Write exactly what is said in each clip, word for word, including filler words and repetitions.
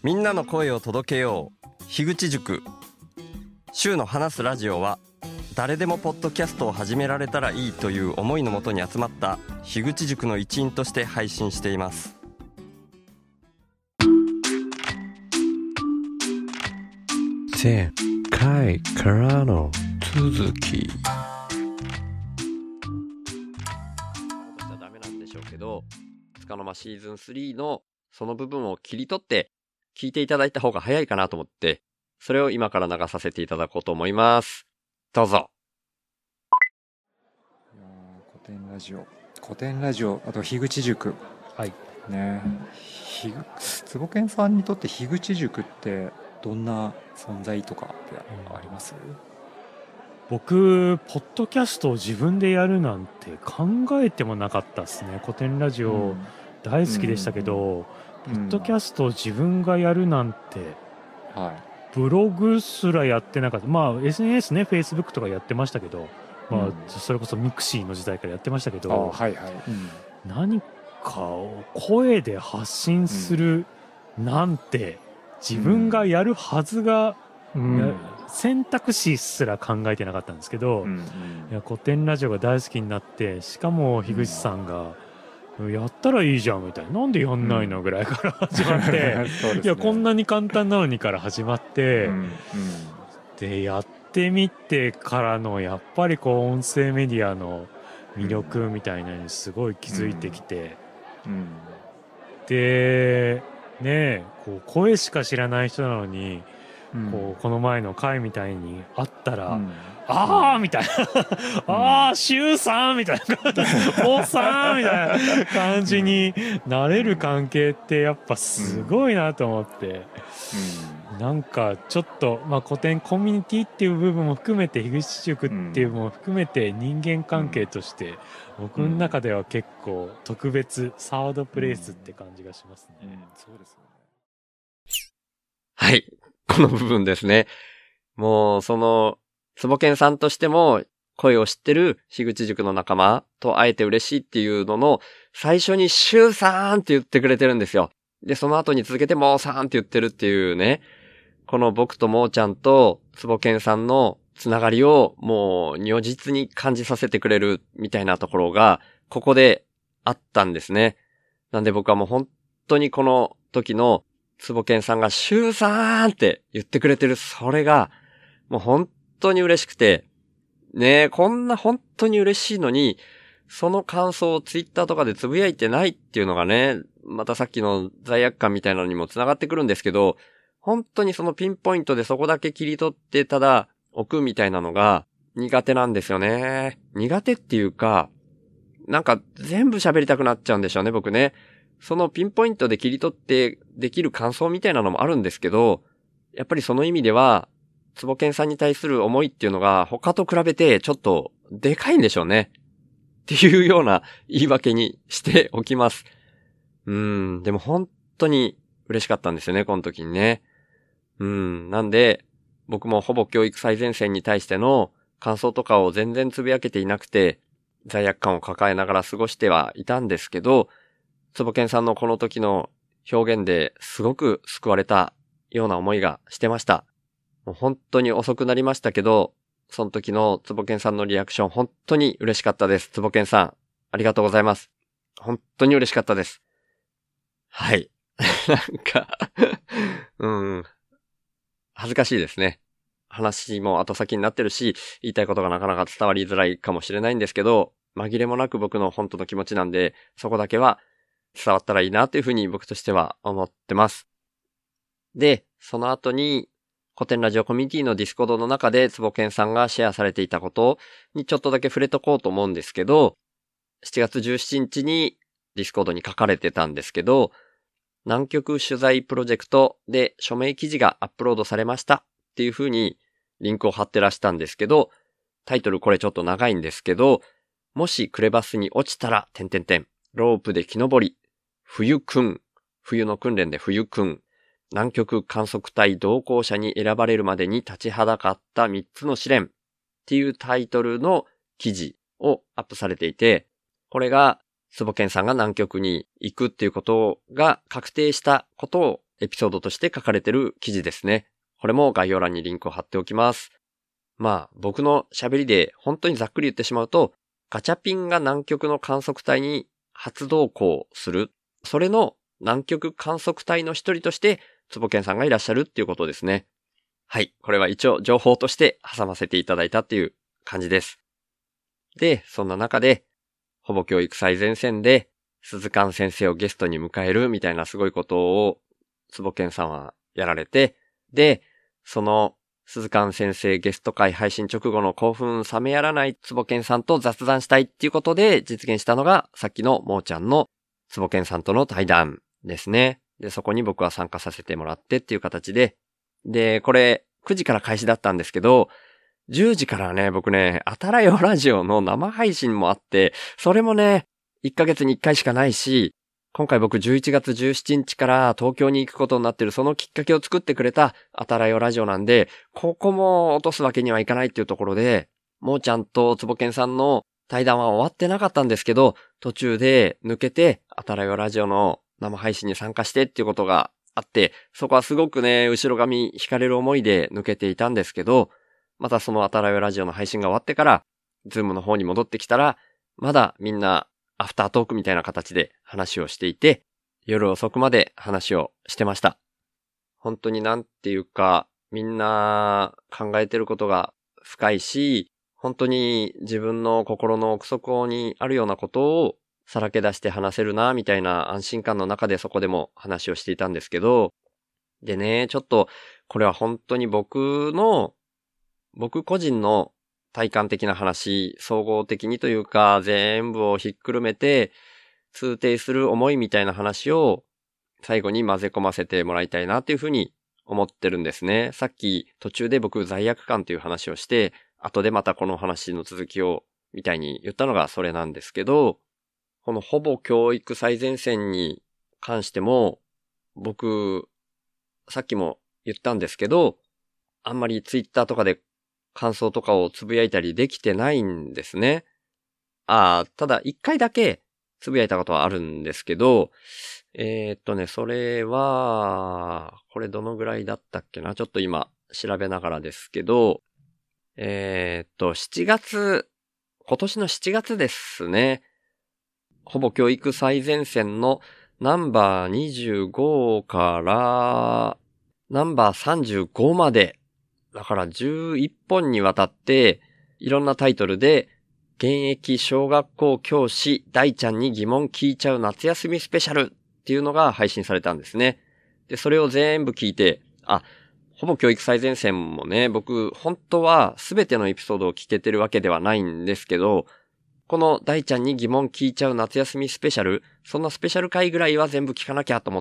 みんなの声を届けよう樋口塾。週の話すラジオは誰でもポッドキャストを始められたらいいという思いのもとに集まった樋口塾の一員として配信しています。 前回からの続き。 ダメなんでしょうけど、つかの間シーズンスリーのその部分を切り取って聞いていただいた方が早いかなと思って、それを今から流させていただこうと思います。どうぞ。 いや古典ラジオ古典ラジオあと樋口塾、 はいね、ひぐつぼけんさんにとって樋口塾ってどんな存在とかってあります？ 僕ポッドキャストを自分でやるなんて考えてもなかったですね。古典ラジオ大好きでしたけど、 うんうんポッドキャストを自分がやるなんて、 はブログすらやってなかった。まあ エスエヌエス ね、Facebook とかやってましたけど、まあ、 うんそれこそミクシーの時代からやってましたけい、 ど、 あ、はいはい、うん何かを声で発信するなんて自分がやるはずが、 うんいや選択肢すら考えてなかったんですけど、 うんうんいや古典ラジオが大好きになって、しかも樋口さんが、やったらいいじゃんみたいな、なんでやんないのぐらいから始まってそうですね、 いやこんなに簡単なのにから始まって、 うんうんでやってみてからのやっぱりこう音声メディアの魅力みたいなのにすごい気づいてきて、 うんでねえこう声しか知らない人なのに、 うんこうこの前の回みたいに会ったら、 うんあーみたいなあーシュウさんみたいなおっさんみたいな感じになれる関係ってやっぱすごいなと思って、なんかちょっと、まあ、古典コミュニティっていう部分も含めて樋口塾っていう部分も含めて人間関係として僕の中では結構特別サードプレイスって感じがしますね、 うんうんそうですよね。 はい。この部分ですね。もう、その、つぼけんさんとしても、声を知ってる樋口塾の仲間と会えて嬉しいっていうのの、最初にシュウさんって言ってくれてるんですよ。で、その後に続けてモーさんって言ってるっていうね。この僕とモーちゃんとつぼけんさんのつながりをもう如実に感じさせてくれるみたいなところが、ここであったんですね。なんで僕はもう本当にこの時のつぼけんさんがシュウさんって言ってくれてる、それがもう本当に嬉しくて、ねえ、こんな本当に嬉しいのに、その感想をツイッターとかでつぶやいてないっていうのがね、またさっきの罪悪感みたいなのにもつながってくるんですけど、本当にそのピンポイントでそこだけ切り取ってただ置くみたいなのが苦手なんですよね。苦手っていうか、なんか全部喋りたくなっちゃうんでしょうね、僕ね。そのピンポイントで切り取ってできる感想みたいなのもあるんですけど、やっぱりその意味では、つぼけんさんに対する思いっていうのが他と比べてちょっとでかいんでしょうね。っていうような言い訳にしておきます。うーん、でも本当に嬉しかったんですよね、この時にね。うん、なんで、僕もほぼ教育最前線に対しての感想とかを全然つぶやけていなくて、罪悪感を抱えながら過ごしてはいたんですけど、つぼけんさんのこの時の表現ですごく救われたような思いがしてました。もう本当に遅くなりましたけど、その時のつぼけんさんのリアクション本当に嬉しかったです。つぼけんさん、ありがとうございます。本当に嬉しかったです。はい。なんか、うん、恥ずかしいですね。話も後先になってるし、言いたいことがなかなか伝わりづらいかもしれないんですけど、紛れもなく僕の本当の気持ちなんで、そこだけは伝わったらいいなというふうに僕としては思ってます。で、その後に、古典ラジオコミュニティのディスコードの中でつぼけんさんがシェアされていたことにちょっとだけ触れとこうと思うんですけど、しちがつじゅうしちにちにディスコードに書かれてたんですけど、南極取材プロジェクトで署名記事がアップロードされましたっていう風にリンクを貼ってらしたんですけど、タイトルこれちょっと長いんですけど、もしクレバスに落ちたら、点々点、ロープで木登り、冬くん、冬の訓練で冬くん、南極観測隊同行者に選ばれるまでに立ちはだかったみっつの試練っていうタイトルの記事をアップされていて、これがつぼけんさんが南極に行くっていうことが確定したことをエピソードとして書かれてる記事ですね。これも概要欄にリンクを貼っておきます。まあ、僕の喋りで本当にざっくり言ってしまうと、ガチャピンが南極の観測隊に初同行する。それの南極観測隊の一人として、つぼけんさんがいらっしゃるっていうことですね。はい。これは一応情報として挟ませていただいたっていう感じです。で、そんな中で、ほぼ教育最前線で、鈴鹿先生をゲストに迎えるみたいなすごいことを、つぼけんさんはやられて、で、その鈴鹿先生ゲスト会配信直後の興奮冷めやらないつぼけんさんと雑談したいっていうことで実現したのが、さっきのもーちゃんのつぼけんさんとの対談ですね。で、そこに僕は参加させてもらってっていう形で、で、これくじから開始だったんですけど、じゅうじからね、僕ね、あたらよラジオの生配信もあって、それもね、いっかげつにいっかいしかないし、今回僕じゅういちがつじゅうしちにちから東京に行くことになってるそのきっかけを作ってくれたあたらよラジオなんで、ここも落とすわけにはいかないっていうところで、もーちゃんとつぼけんさんの対談は終わってなかったんですけど、途中で抜けてあたらよラジオの生配信に参加してっていうことがあって、そこはすごくね、後ろ髪引かれる思いで抜けていたんですけど、またそのあたらよラジオの配信が終わってから、ズームの方に戻ってきたら、まだみんなアフタートークみたいな形で話をしていて、夜遅くまで話をしてました。本当になんていうか、みんな考えてることが深いし、本当に自分の心の奥底にあるようなことをさらけ出して話せるな、みたいな安心感の中でそこでも話をしていたんですけど、でね、ちょっとこれは本当に僕の僕個人の体感的な話、総合的にというか、全部をひっくるめて、通底する思いみたいな話を最後に混ぜ込ませてもらいたいなというふうに思ってるんですね。さっき途中で僕罪悪感という話をして、後でまたこの話の続きをみたいに言ったのがそれなんですけど、このほぼ教育最前線に関しても、僕、さっきも言ったんですけど、あんまりツイッターとかで感想とかをつぶやいたりできてないんですね。ああ、ただ一回だけつぶやいたことはあるんですけど、えー、っとね、それは、これどのぐらいだったっけな？ちょっと今調べながらですけど、えー、っと、しちがつ、今年のしちがつですね。ほぼ教育最前線のナンバーにじゅうごからナンバーさんじゅうごまで、だからじゅういっぽんにわたっていろんなタイトルで現役小学校教師大ちゃんに疑問聞いちゃう夏休みスペシャルっていうのが配信されたんですね。で、それを全部聞いて、あ、ほぼ教育最前線もね、僕本当は全てのエピソードを聞けてるわけではないんですけど、この大ちゃんに疑問聞いちゃう夏休みスペシャル、そんなスペシャル回ぐらいは全部聞かなきゃと思って、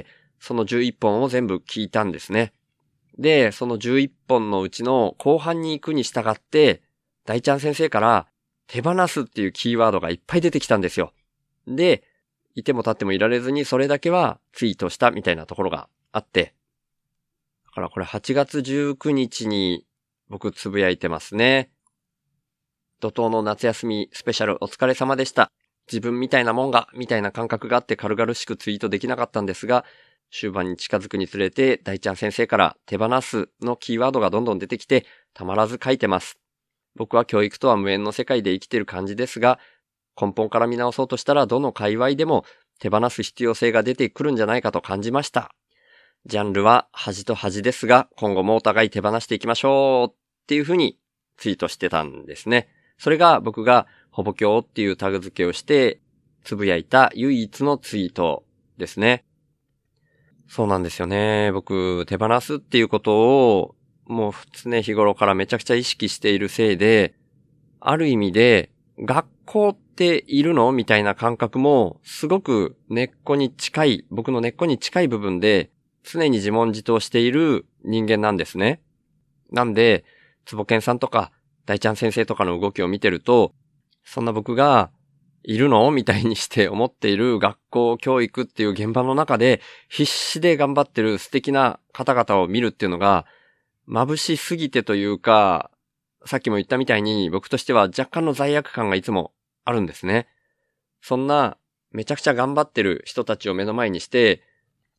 そのじゅういっぽんを全部聞いたんですね。で、そのじゅういっぽんのうちの後半に行くに従って、大ちゃん先生から手放すっていうキーワードがいっぱい出てきたんですよ。で、いても立ってもいられずにそれだけはツイートしたみたいなところがあって。だからこれはちがつじゅうくにちに僕つぶやいてますね。怒涛の夏休みスペシャルお疲れ様でした。自分みたいなもんが、みたいな感覚があって軽々しくツイートできなかったんですが、終盤に近づくにつれて大ちゃん先生から手放すのキーワードがどんどん出てきてたまらず書いてます。僕は教育とは無縁の世界で生きてる感じですが、根本から見直そうとしたらどの界隈でも手放す必要性が出てくるんじゃないかと感じました。ジャンルは恥と恥ですが、今後もお互い手放していきましょうっていうふうにツイートしてたんですね。それが僕がほぼ教っていうタグ付けをしてつぶやいた唯一のツイートですね。そうなんですよね。僕、手放すっていうことを、もう常日頃からめちゃくちゃ意識しているせいで、ある意味で、学校っているのみたいな感覚も、すごく根っこに近い、僕の根っこに近い部分で、常に自問自答している人間なんですね。なんで、つぼけんさんとか、大ちゃん先生とかの動きを見てると、そんな僕が、いるのみたいにして思っている学校教育っていう現場の中で必死で頑張ってる素敵な方々を見るっていうのが眩しすぎてというか、さっきも言ったみたいに僕としては若干の罪悪感がいつもあるんですね。そんなめちゃくちゃ頑張ってる人たちを目の前にして、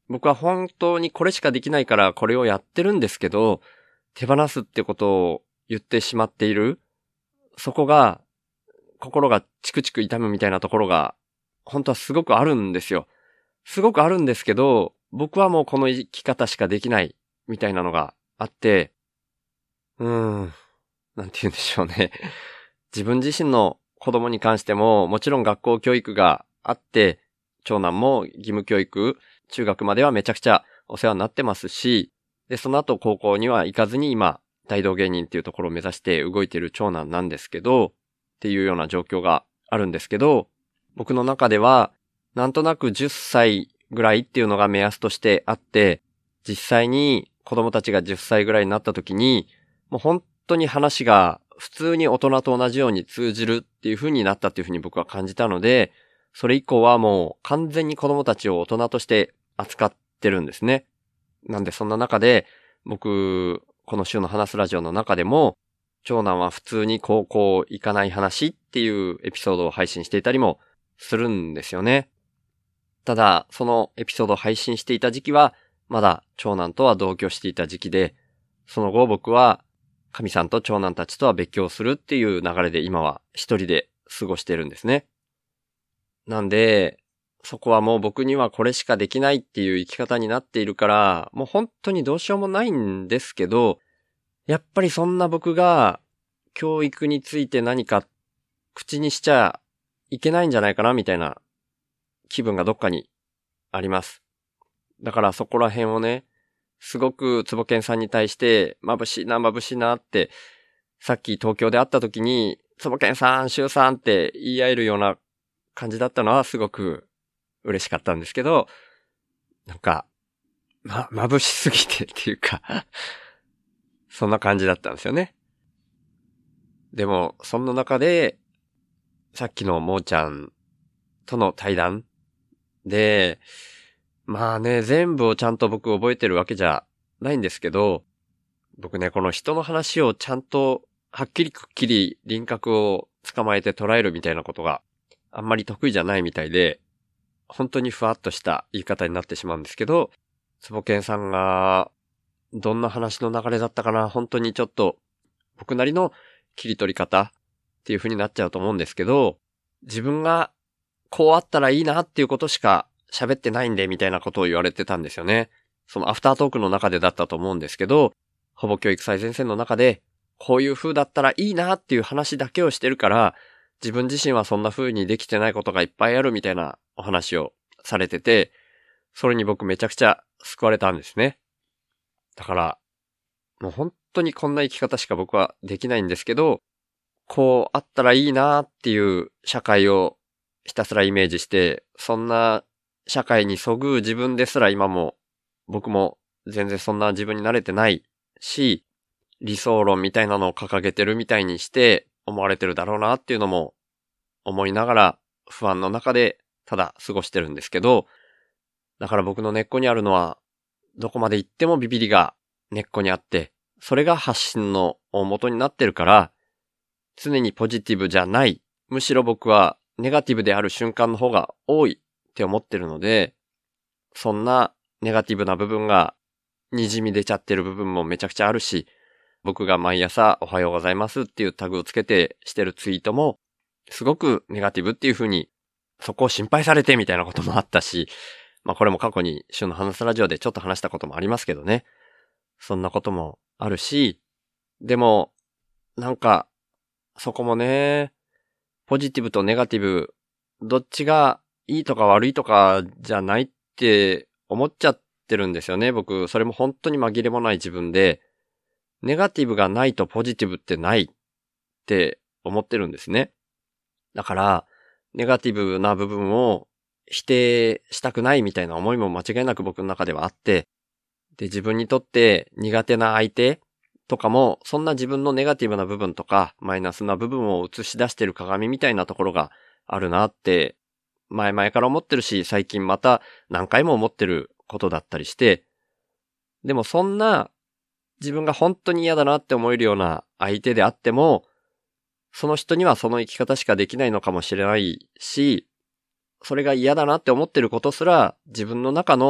僕は本当にこれしかできないからこれをやってるんですけど、手放すってことを言ってしまっている。そこが、心がチクチク痛むみたいなところが、本当はすごくあるんですよ。すごくあるんですけど、僕はもうこの生き方しかできないみたいなのがあって、うーん、なんて言うんでしょうね。自分自身の子供に関しても、もちろん学校教育があって、長男も義務教育、中学まではめちゃくちゃお世話になってますし、で、その後高校には行かずに今、大道芸人っていうところを目指して動いている長男なんですけど、っていうような状況があるんですけど、僕の中では、なんとなくじゅっさいぐらいっていうのが目安としてあって、実際に子供たちがじゅっさいぐらいになった時に、もう本当に話が普通に大人と同じように通じるっていう風になったっていう風に僕は感じたので、それ以降はもう完全に子供たちを大人として扱ってるんですね。なんでそんな中で、僕、この週の話すラジオの中でも、長男は普通に高校行かない話っていうエピソードを配信していたりもするんですよね。ただ、そのエピソードを配信していた時期は、まだ長男とは同居していた時期で、その後僕は、神さんと長男たちとは別居するっていう流れで今は一人で過ごしてるんですね。なんで、そこはもう僕にはこれしかできないっていう生き方になっているから、もう本当にどうしようもないんですけど、やっぱりそんな僕が教育について何か口にしちゃいけないんじゃないかなみたいな気分がどっかにあります。だからそこら辺をね、すごくつぼけんさんに対して眩しいな眩しいなって、さっき東京で会った時につぼけんさん、しゅうさんって言い合えるような感じだったのはすごく嬉しかったんですけど、なんか、ま、眩しすぎてっていうかそんな感じだったんですよね。でも、そんな中で、さっきのもーちゃんとの対談で、まあね、全部をちゃんと僕覚えてるわけじゃないんですけど、僕ね、この人の話をちゃんとはっきりくっきり輪郭を捕まえて捉えるみたいなことがあんまり得意じゃないみたいで、本当にふわっとした言い方になってしまうんですけど、つぼけんさんがどんな話の流れだったかな、本当にちょっと僕なりの切り取り方っていう風になっちゃうと思うんですけど、自分がこうあったらいいなっていうことしか喋ってないんでみたいなことを言われてたんですよね。そのアフタートークの中でだったと思うんですけど、ほぼ教育最前線の中でこういう風だったらいいなっていう話だけをしてるから、自分自身はそんな風にできてないことがいっぱいあるみたいなお話をされてて、それに僕めちゃくちゃ救われたんですね。だから、もう本当にこんな生き方しか僕はできないんですけど、こうあったらいいなっていう社会をひたすらイメージして、そんな社会にそぐう自分ですら今も、僕も全然そんな自分に慣れてないし、理想論みたいなのを掲げてるみたいにして思われてるだろうなっていうのも思いながら不安の中でただ過ごしてるんですけど、だから僕の根っこにあるのは、どこまで行ってもビビりが根っこにあって、それが発信の大元になってるから、常にポジティブじゃない、むしろ僕はネガティブである瞬間の方が多いって思ってるので、そんなネガティブな部分が滲み出ちゃってる部分もめちゃくちゃあるし、僕が毎朝おはようございますっていうタグをつけてしてるツイートも、すごくネガティブっていう風に、そこを心配されてみたいなこともあったし、まあこれも過去に週の話すラジオでちょっと話したこともありますけどね。そんなこともあるし、でも、なんか、そこもね、ポジティブとネガティブ、どっちがいいとか悪いとかじゃないって思っちゃってるんですよね。僕、それも本当に紛れもない自分で、ネガティブがないとポジティブってないって思ってるんですね。だから、ネガティブな部分を否定したくないみたいな思いも間違いなく僕の中ではあって、で、自分にとって苦手な相手とかも、そんな自分のネガティブな部分とか、マイナスな部分を映し出してる鏡みたいなところがあるなって、前々から思ってるし、最近また何回も思ってることだったりして、でもそんな自分が本当に嫌だなって思えるような相手であっても、その人にはその生き方しかできないのかもしれないし、それが嫌だなって思ってることすら自分の中の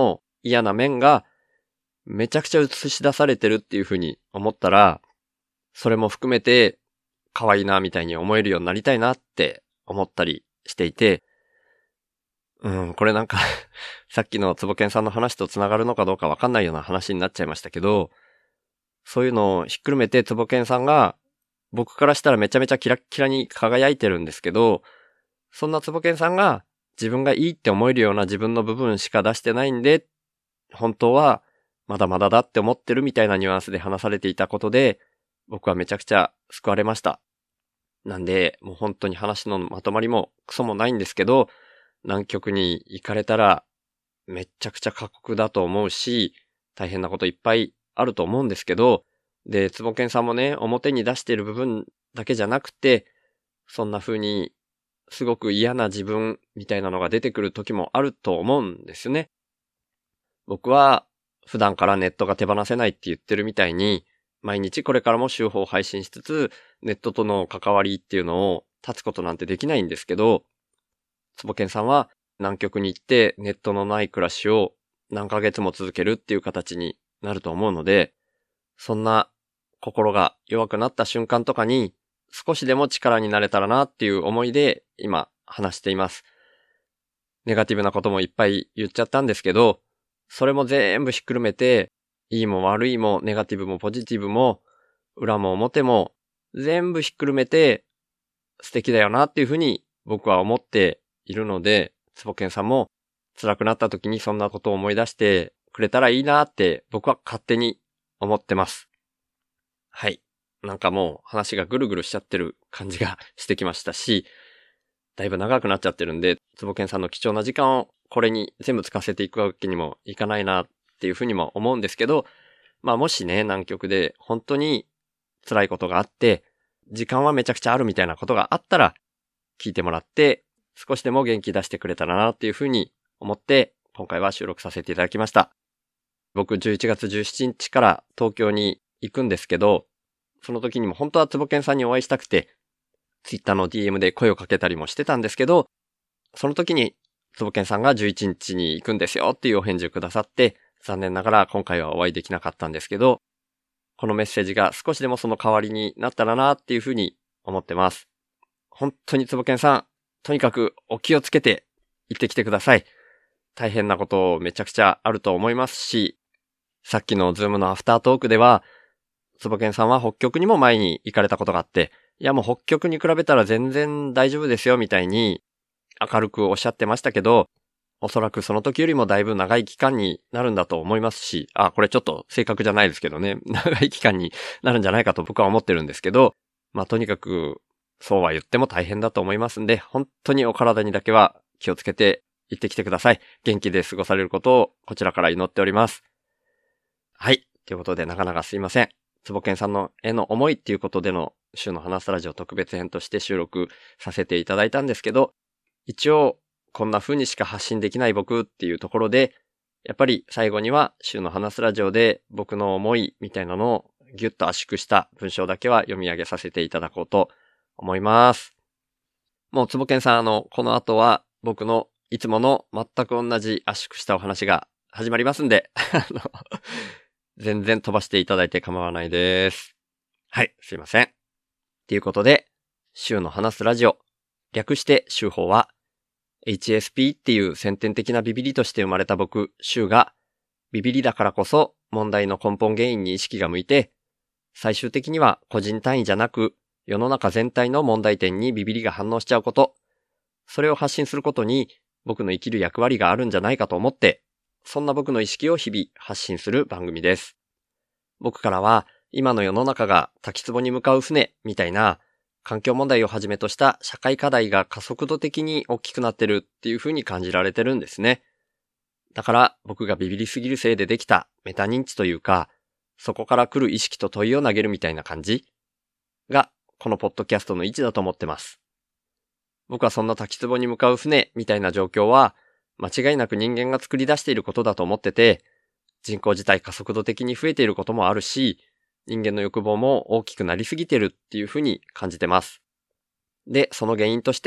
嫌な面がめちゃくちゃ映し出されてるっていう風に思ったら、それも含めて可愛いなみたいに思えるようになりたいなって思ったりしていて、うん、これなんかさっきのつぼけんさんの話とつながるのかどうかわかんないような話になっちゃいましたけど、そういうのをひっくるめてつぼけんさんが僕からしたらめちゃめちゃキラッキラに輝いてるんですけど、そんなつぼけんさんが自分がいいって思えるような自分の部分しか出してないんで、本当はまだまだだって思ってるみたいなニュアンスで話されていたことで、僕はめちゃくちゃ救われました。なんで、もう本当に話のまとまりもクソもないんですけど、南極に行かれたらめちゃくちゃ過酷だと思うし、大変なこといっぱいあると思うんですけど、で、つぼけんさんもね、表に出している部分だけじゃなくて、そんな風にすごく嫌な自分みたいなのが出てくる時もあると思うんですね。僕は普段からネットが手放せないって言ってるみたいに、毎日これからも週報を配信しつつ、ネットとの関わりっていうのを断つことなんてできないんですけど、つぼけんさんは南極に行ってネットのない暮らしを何ヶ月も続けるっていう形になると思うので、そんな心が弱くなった瞬間とかに少しでも力になれたらなっていう思いで今話しています。ネガティブなこともいっぱい言っちゃったんですけど、それも全部ひっくるめて、いいも悪いもネガティブもポジティブも裏も表も全部ひっくるめて素敵だよなっていうふうに僕は思っているので、つぼけんさんも辛くなった時にそんなことを思い出してくれたらいいなって僕は勝手に思ってます。はい。なんかもう話がぐるぐるしちゃってる感じがしてきましたし、だいぶ長くなっちゃってるんで、つぼけんさんの貴重な時間をこれに全部使わせていくわけにもいかないなっていうふうにも思うんですけど、まあもしね、南極で本当に辛いことがあって、時間はめちゃくちゃあるみたいなことがあったら、聞いてもらって、少しでも元気出してくれたらなっていうふうに思って、今回は収録させていただきました。僕じゅういちがつじゅうしちにちから東京に行くんですけど、その時にも本当はつぼけんさんにお会いしたくて、ツイッターの ディーエム で声をかけたりもしてたんですけど、その時につぼけんさんがじゅういちにちに行くんですよっていうお返事をくださって、残念ながら今回はお会いできなかったんですけど、このメッセージが少しでもその代わりになったらなっていうふうに思ってます。本当につぼけんさん、とにかくお気をつけて行ってきてください。大変なことめちゃくちゃあると思いますし、さっきのズームのアフタートークでは、つぼけんさんは北極にも前に行かれたことがあって、いやもう北極に比べたら全然大丈夫ですよみたいに明るくおっしゃってましたけど、おそらくその時よりもだいぶ長い期間になるんだと思いますし、あ、これちょっと正確じゃないですけどね、長い期間になるんじゃないかと僕は思ってるんですけど、まあとにかくそうは言っても大変だと思いますんで、本当にお体にだけは気をつけて行ってきてください。元気で過ごされることをこちらから祈っております。はい。ということでなかなかすいません。つぼけんさんのへの思いっていうことでの週の話すラジオ特別編として収録させていただいたんですけど、一応こんな風にしか発信できない僕っていうところで、やっぱり最後には週の話すラジオで僕の思いみたいなのをギュッと圧縮した文章だけは読み上げさせていただこうと思います。もうつぼけんさん、あの、この後は僕のいつもの全く同じ圧縮したお話が始まりますんで、あの、全然飛ばしていただいて構わないです。はい、すいません。ということで、週の話すラジオ、略して週報は、エイチエスピー っていう先天的なビビリとして生まれた僕、週が、ビビリだからこそ問題の根本原因に意識が向いて、最終的には個人単位じゃなく、世の中全体の問題点にビビリが反応しちゃうこと、それを発信することに僕の生きる役割があるんじゃないかと思って、そんな僕の意識を日々発信する番組です。僕からは今の世の中が滝壺に向かう船みたいな環境問題をはじめとした社会課題が加速度的に大きくなってるっていう風に感じられてるんですね。だから僕がビビりすぎるせいでできたメタ認知というか、そこから来る意識と問いを投げるみたいな感じがこのポッドキャストの位置だと思ってます。僕はそんな滝壺に向かう船みたいな状況は間違いなく人間が作り出していることだと思ってて、人口自体加速度的に増えていることもあるし、人間の欲望も大きくなりすぎてるっていうふうに感じてます。で、その原因として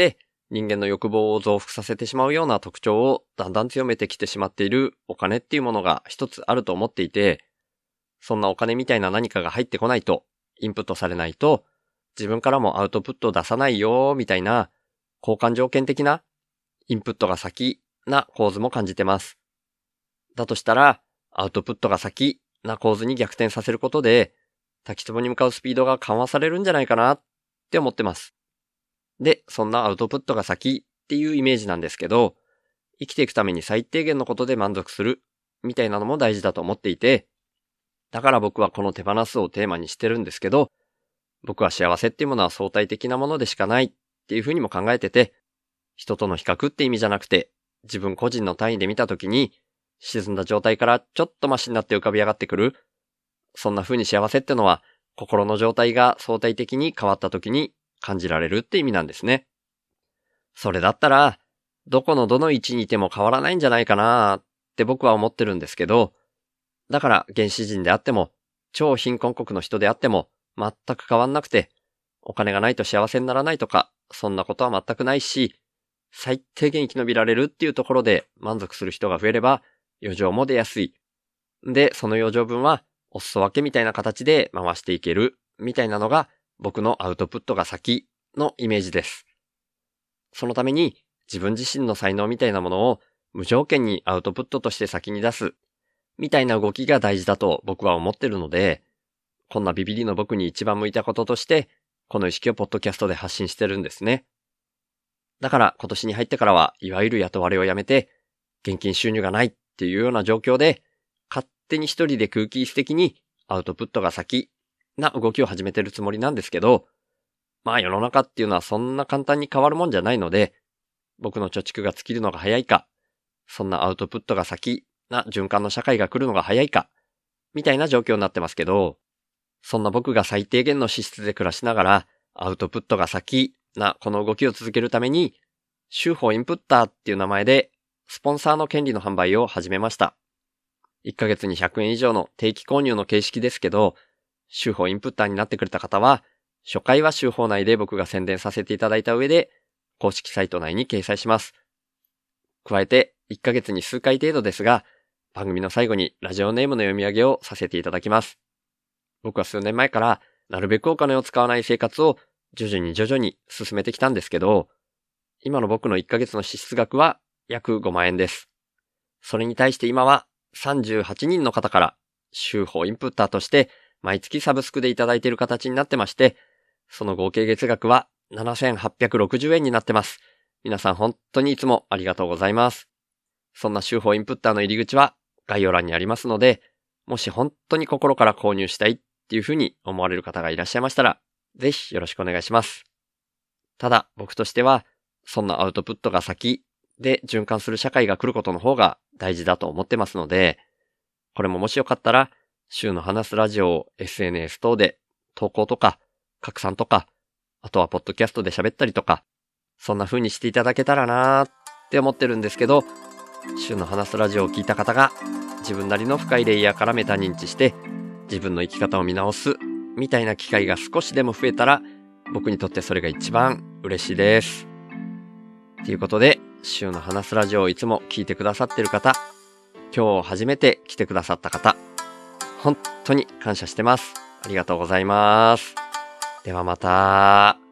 人間の欲望を増幅させてしまうような特徴をだんだん強めてきてしまっているお金っていうものが一つあると思っていて、そんなお金みたいな何かが入ってこないと、インプットされないと、自分からもアウトプットを出さないよみたいな交換条件的なインプットが先な構図も感じてます。だとしたら、アウトプットが先な構図に逆転させることで、滝壺に向かうスピードが緩和されるんじゃないかなって思ってます。で、そんなアウトプットが先っていうイメージなんですけど、生きていくために最低限のことで満足するみたいなのも大事だと思っていて、だから僕はこの手放すをテーマにしてるんですけど、僕は幸せっていうものは相対的なものでしかないっていうふうにも考えてて、人との比較って意味じゃなくて、自分個人の単位で見たときに、沈んだ状態からちょっとマシになって浮かび上がってくる。そんな風に幸せってのは、心の状態が相対的に変わったときに感じられるって意味なんですね。それだったら、どこのどの位置にいても変わらないんじゃないかなって僕は思ってるんですけど、だから原始人であっても、超貧困国の人であっても、全く変わんなくて、お金がないと幸せにならないとか、そんなことは全くないし、最低限生き延びられるっていうところで満足する人が増えれば、余剰も出やすい。で、その余剰分は、お裾分けみたいな形で回していける、みたいなのが、僕のアウトプットが先のイメージです。そのために、自分自身の才能みたいなものを無条件にアウトプットとして先に出す、みたいな動きが大事だと僕は思ってるので、こんなビビリの僕に一番向いたこととして、この意識をポッドキャストで発信してるんですね。だから今年に入ってからは、いわゆる雇われをやめて、現金収入がないっていうような状況で、勝手に一人で空気質的にアウトプットが先な動きを始めてるつもりなんですけど、まあ世の中っていうのはそんな簡単に変わるもんじゃないので、僕の貯蓄が尽きるのが早いか、そんなアウトプットが先な循環の社会が来るのが早いか、みたいな状況になってますけど、そんな僕が最低限の資質で暮らしながら、アウトプットが先なこの動きを続けるために、週報インプッターっていう名前で、スポンサーの権利の販売を始めました。いっかげつにひゃくえん以上の定期購入の形式ですけど、週報インプッターになってくれた方は、初回は週報内で僕が宣伝させていただいた上で、公式サイト内に掲載します。加えて、いっかげつに数回程度ですが、番組の最後にラジオネームの読み上げをさせていただきます。僕は数年前から、なるべくお金を使わない生活を徐々に徐々に進めてきたんですけど、今の僕のいっかげつの支出額は約ごまんえんです。それに対して今はさんじゅうはちにんの方から週報インプッターとして毎月サブスクでいただいている形になってまして、その合計月額はななせんはっぴゃくろくじゅうえんになってます。皆さん本当にいつもありがとうございます。そんな週報インプッターの入り口は概要欄にありますので、もし本当に心から購入したいっていうふうに思われる方がいらっしゃいましたら、ぜひよろしくお願いします。ただ僕としては、そんなアウトプットが先で循環する社会が来ることの方が大事だと思ってますので、これももしよかったら、週の話すラジオを エスエヌエス 等で投稿とか拡散とか、あとはポッドキャストで喋ったりとか、そんな風にしていただけたらなーって思ってるんですけど、週の話すラジオを聞いた方が自分なりの深いレイヤーからメタ認知して自分の生き方を見直すみたいな機会が少しでも増えたら、僕にとってそれが一番嬉しいです。ということで、週の話すラジオをいつも聞いてくださってる方、今日初めて来てくださった方、本当に感謝してます。ありがとうございます。ではまた。